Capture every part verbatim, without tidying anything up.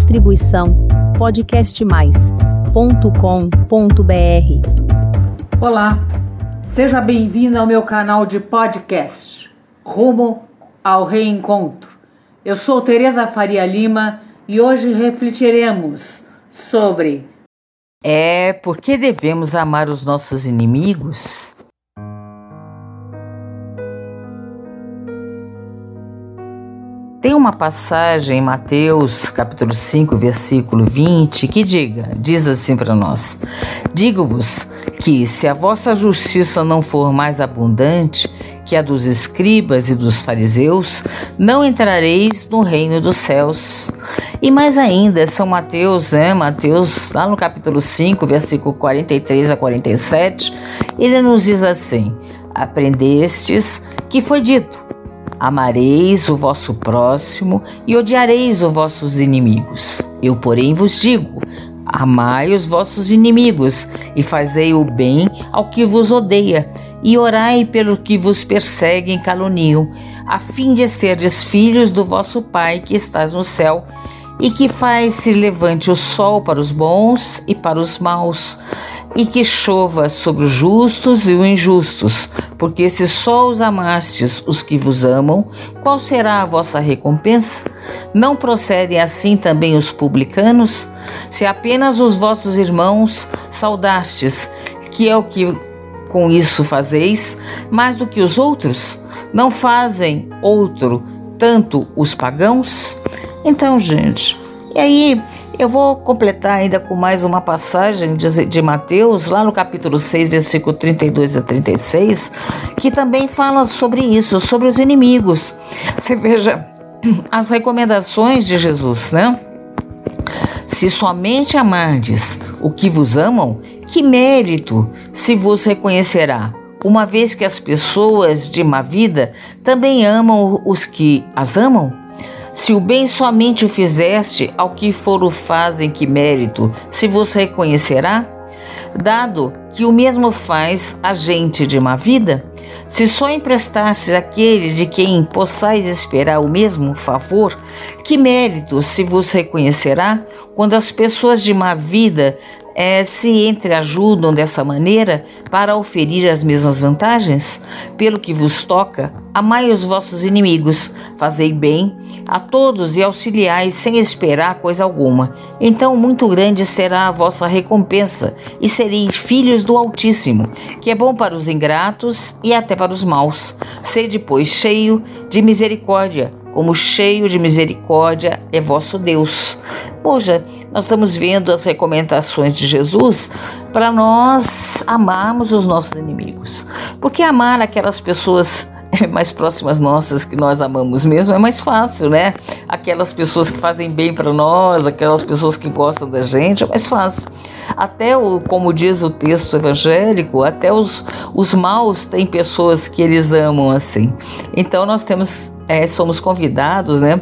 Distribuição podcast mais ponto com ponto br. Olá, seja bem-vindo ao meu canal de podcast Rumo ao Reencontro. Eu sou Tereza Faria Lima e hoje refletiremos sobre É por que devemos amar os nossos inimigos? Tem uma passagem em Mateus capítulo cinco, versículo vinte, que diga, diz assim para nós: digo-vos que se a vossa justiça não for mais abundante que a dos escribas e dos fariseus, não entrareis no reino dos céus. E mais ainda, São Mateus, né? Mateus, lá no capítulo cinco, versículo quarenta e três a quarenta e sete, ele nos diz assim: aprendestes que foi dito, amareis o vosso próximo e odiareis os vossos inimigos. Eu, porém, vos digo, amai os vossos inimigos e fazei o bem ao que vos odeia e orai pelo que vos perseguem e caluniam, a fim de serdes filhos do vosso Pai que estás no céu, e que faz se levante o sol para os bons e para os maus, e que chova sobre os justos e os injustos, porque se só os amastes os que vos amam, qual será a vossa recompensa? Não procedem assim também os publicanos? Se apenas os vossos irmãos saudastes, que é o que com isso fazeis, mais do que os outros? Não fazem outro tanto os pagãos? Então, gente, e aí eu vou completar ainda com mais uma passagem de, de Mateus, lá no capítulo seis, versículo trinta e dois a trinta e seis, que também fala sobre isso, sobre os inimigos. Você veja as recomendações de Jesus, né? Se somente amardes o que vos amam, que mérito se vos reconhecerá, uma vez que as pessoas de má vida também amam os que as amam? Se o bem somente o fizeste, ao que for o fazem, que mérito se vos reconhecerá? Dado que o mesmo faz a gente de má vida? Se só emprestastes àquele de quem possais esperar o mesmo favor, que mérito se vos reconhecerá quando as pessoas de má vida É, se entreajudam dessa maneira para oferir as mesmas vantagens? Pelo que vos toca, amai os vossos inimigos, fazei bem a todos e auxiliai sem esperar coisa alguma. Então muito grande será a vossa recompensa e sereis filhos do Altíssimo, que é bom para os ingratos e até para os maus. Sede, pois, cheio de misericórdia, como cheio de misericórdia é vosso Deus. Poxa, nós estamos vendo as recomendações de Jesus para nós amarmos os nossos inimigos. Porque amar aquelas pessoas mais próximas nossas que nós amamos mesmo é mais fácil, né? Aquelas pessoas que fazem bem para nós, aquelas pessoas que gostam da gente, é mais fácil. Até, o, como diz o texto evangélico, até os, os maus têm pessoas que eles amam assim. Então nós temos, é, somos convidados, né?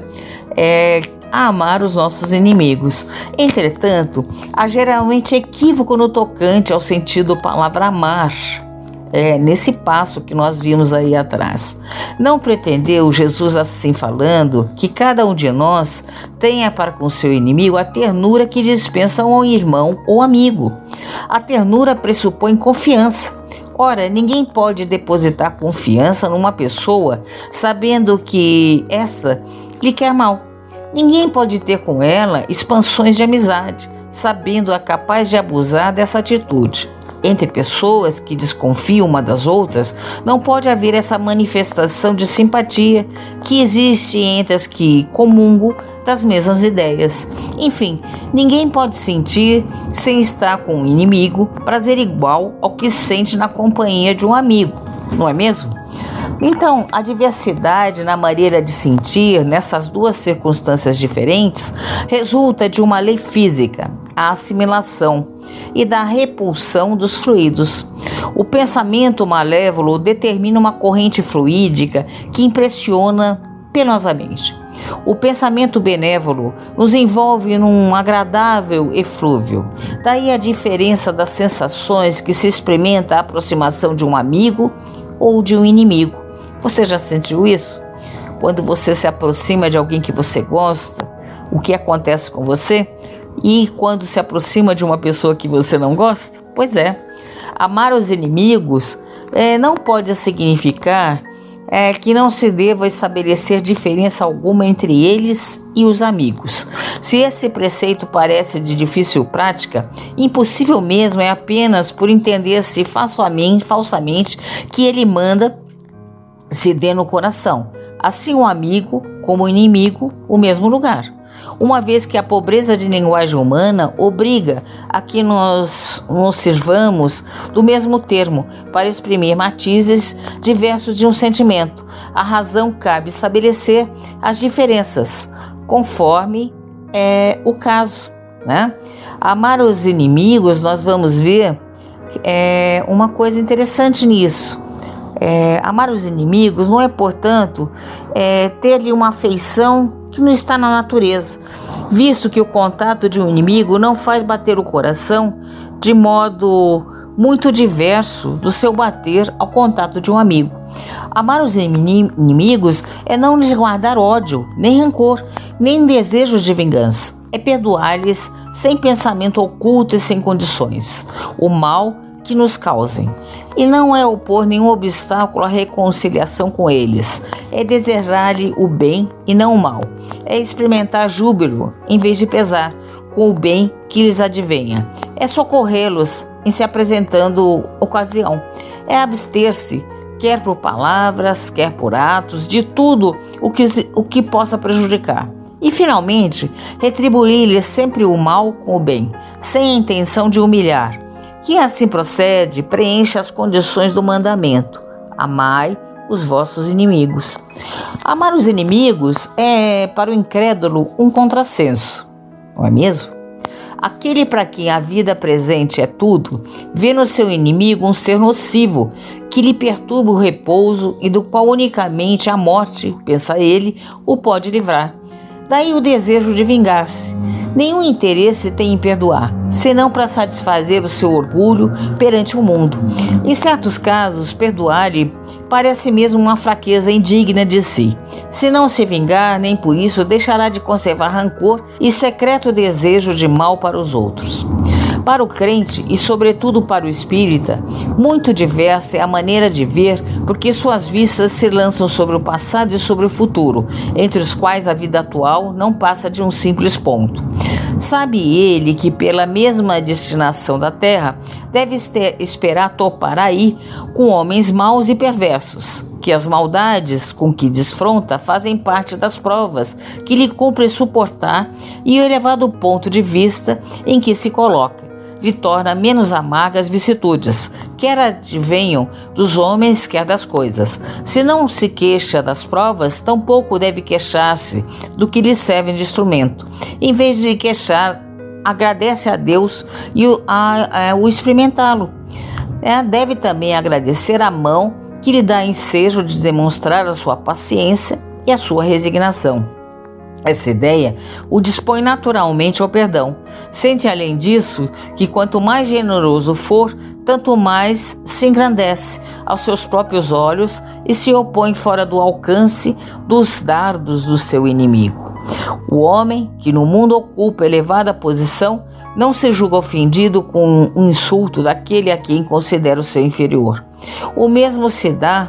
É, a amar os nossos inimigos. Entretanto, há geralmente equívoco no tocante ao sentido da palavra amar. É, nesse passo que nós vimos aí atrás. Não pretendeu Jesus, assim falando, que cada um de nós tenha para com seu inimigo a ternura que dispensa um irmão ou amigo. A ternura pressupõe confiança. Ora, ninguém pode depositar confiança numa pessoa sabendo que essa lhe quer mal. Ninguém pode ter com ela expansões de amizade, sabendo-a capaz de abusar dessa atitude. Entre pessoas que desconfiam uma das outras, não pode haver essa manifestação de simpatia que existe entre as que comungam das mesmas ideias. Enfim, ninguém pode sentir, sem estar com um inimigo, prazer igual ao que sente na companhia de um amigo, não é mesmo? Então, a diversidade na maneira de sentir nessas duas circunstâncias diferentes resulta de uma lei física, a assimilação, e da repulsão dos fluidos. O pensamento malévolo determina uma corrente fluídica que impressiona penosamente. O pensamento benévolo nos envolve num agradável eflúvio. Daí a diferença das sensações que se experimenta a aproximação de um amigo ou de um inimigo. Você já sentiu isso? Quando você se aproxima de alguém que você gosta, o que acontece com você e quando se aproxima de uma pessoa que você não gosta? Pois é, amar os inimigos é, não pode significar é, que não se deva estabelecer diferença alguma entre eles e os amigos. Se esse preceito parece de difícil prática, impossível mesmo é apenas por entender-se falsamente que ele manda se dê no coração, assim o amigo como o inimigo, o mesmo lugar. Uma vez que a pobreza de linguagem humana obriga a que nós nos sirvamos do mesmo termo para exprimir matizes diversos de um sentimento, a razão cabe estabelecer as diferenças conforme é, o caso, né? Amar os inimigos, nós vamos ver é, uma coisa interessante nisso. É, amar os inimigos não é, portanto, é, ter-lhe uma afeição que não está na natureza, visto que o contato de um inimigo não faz bater o coração de modo muito diverso do seu bater ao contato de um amigo. Amar os inimigos é não lhes guardar ódio, nem rancor, nem desejos de vingança. É perdoar-lhes sem pensamento oculto e sem condições o mal que nos causem. E não é opor nenhum obstáculo à reconciliação com eles. É desejar-lhe o bem e não o mal. É experimentar júbilo em vez de pesar com o bem que lhes advenha. É socorrê-los em se apresentando ocasião. É abster-se, quer por palavras, quer por atos, de tudo o que, o que possa prejudicar. E, finalmente, retribuir-lhes sempre o mal com o bem, sem a intenção de humilhar. Quem assim procede, preenche as condições do mandamento. Amai os vossos inimigos. Amar os inimigos é, para o incrédulo, um contrassenso, não é mesmo? Aquele para quem a vida presente é tudo, vê no seu inimigo um ser nocivo, que lhe perturba o repouso e do qual unicamente a morte, pensa ele, o pode livrar. Daí o desejo de vingar-se. Nenhum interesse tem em perdoar, senão para satisfazer o seu orgulho perante o mundo. Em certos casos, perdoar-lhe parece mesmo uma fraqueza indigna de si. Se não se vingar, nem por isso deixará de conservar rancor e secreto desejo de mal para os outros. Para o crente e sobretudo para o espírita, muito diversa é a maneira de ver, porque suas vistas se lançam sobre o passado e sobre o futuro, entre os quais a vida atual não passa de um simples ponto. Sabe ele que pela mesma destinação da terra deve esperar topar aí com homens maus e perversos, que as maldades com que desfronta fazem parte das provas que lhe cumpre suportar e o elevado ponto de vista em que se coloca lhe torna menos amargas vicissitudes, quer advenham dos homens, quer das coisas. Se não se queixa das provas, tampouco deve queixar-se do que lhe servem de instrumento. Em vez de queixar, agradece a Deus e o, a, a, o experimentá-lo. É, deve também agradecer a mão que lhe dá ensejo de demonstrar a sua paciência e a sua resignação. Essa ideia o dispõe naturalmente ao perdão. Sente, além disso, que quanto mais generoso for, tanto mais se engrandece aos seus próprios olhos e se opõe fora do alcance dos dardos do seu inimigo. O homem que no mundo ocupa elevada posição não se julga ofendido com um insulto daquele a quem considera o seu inferior. O mesmo se dá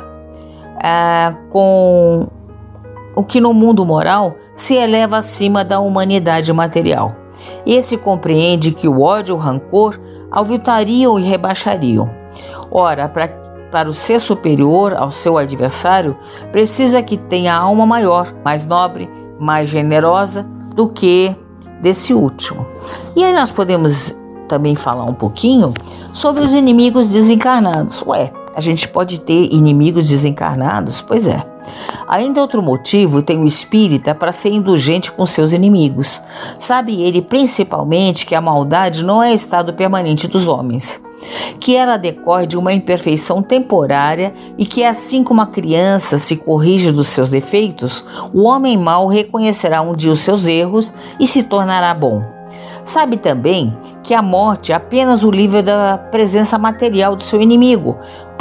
ah, com o que no mundo moral se eleva acima da humanidade material. Esse compreende que o ódio e o rancor alviltariam e rebaixariam. Ora, pra, para o ser superior ao seu adversário, precisa que tenha alma maior, mais nobre, mais generosa do que desse último. E aí nós podemos também falar um pouquinho sobre os inimigos desencarnados. Ué, a gente pode ter inimigos desencarnados? Pois é. Ainda outro motivo tem o espírita para ser indulgente com seus inimigos. Sabe ele principalmente que a maldade não é estado permanente dos homens, que ela decorre de uma imperfeição temporária e que assim como a criança se corrige dos seus defeitos, o homem mau reconhecerá um dia os seus erros e se tornará bom. Sabe também que a morte é apenas o livro da presença material do seu inimigo,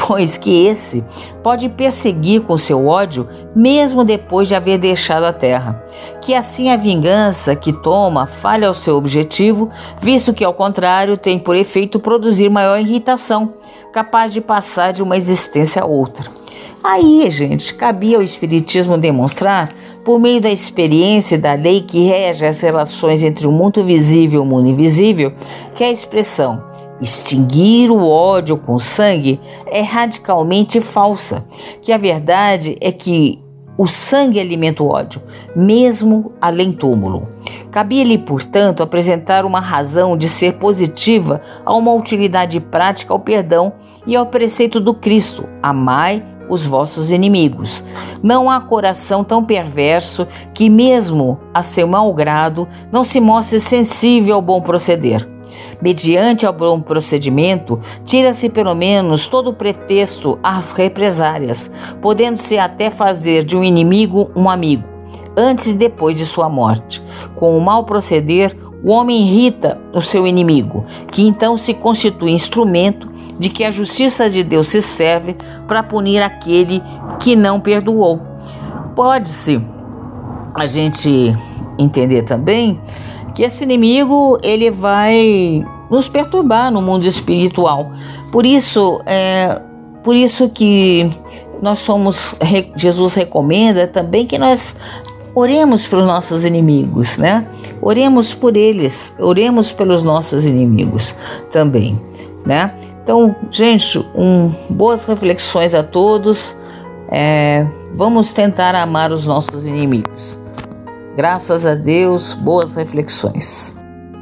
pois que esse pode perseguir com seu ódio mesmo depois de haver deixado a terra. Que assim a vingança que toma falha ao seu objetivo, visto que ao contrário tem por efeito produzir maior irritação, capaz de passar de uma existência a outra. Aí, gente, cabia ao Espiritismo demonstrar, por meio da experiência e da lei que rege as relações entre o mundo visível e o mundo invisível, que a expressão extinguir o ódio com sangue é radicalmente falsa, que a verdade é que o sangue alimenta o ódio, mesmo além túmulo. Cabia-lhe, portanto, apresentar uma razão de ser positiva a uma utilidade prática ao perdão e ao preceito do Cristo: amai os vossos inimigos. Não há coração tão perverso que, mesmo a seu mau grado, não se mostre sensível ao bom proceder. Mediante ao bom procedimento, tira-se pelo menos todo o pretexto às represárias, podendo-se até fazer de um inimigo um amigo, antes e depois de sua morte. Com o mau proceder, o homem irrita o seu inimigo, que então se constitui instrumento de que a justiça de Deus se serve para punir aquele que não perdoou. Pode-se a gente entender também que esse inimigo ele vai nos perturbar no mundo espiritual. Por isso, é, por isso que nós somos, Jesus recomenda também que nós oremos para os nossos inimigos, né? Oremos por eles, oremos pelos nossos inimigos também, né? Então, gente, um, boas reflexões a todos. É, vamos tentar amar os nossos inimigos. Graças a Deus, boas reflexões.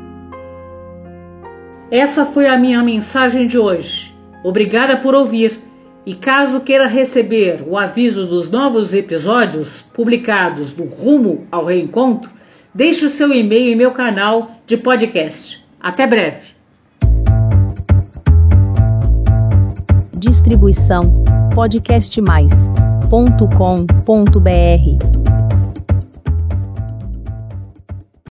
Essa foi a minha mensagem de hoje. Obrigada por ouvir. E caso queira receber o aviso dos novos episódios publicados do Rumo ao Reencontro, deixe o seu e-mail em meu canal de podcast. Até breve. Distribuição podcast mais ponto com ponto br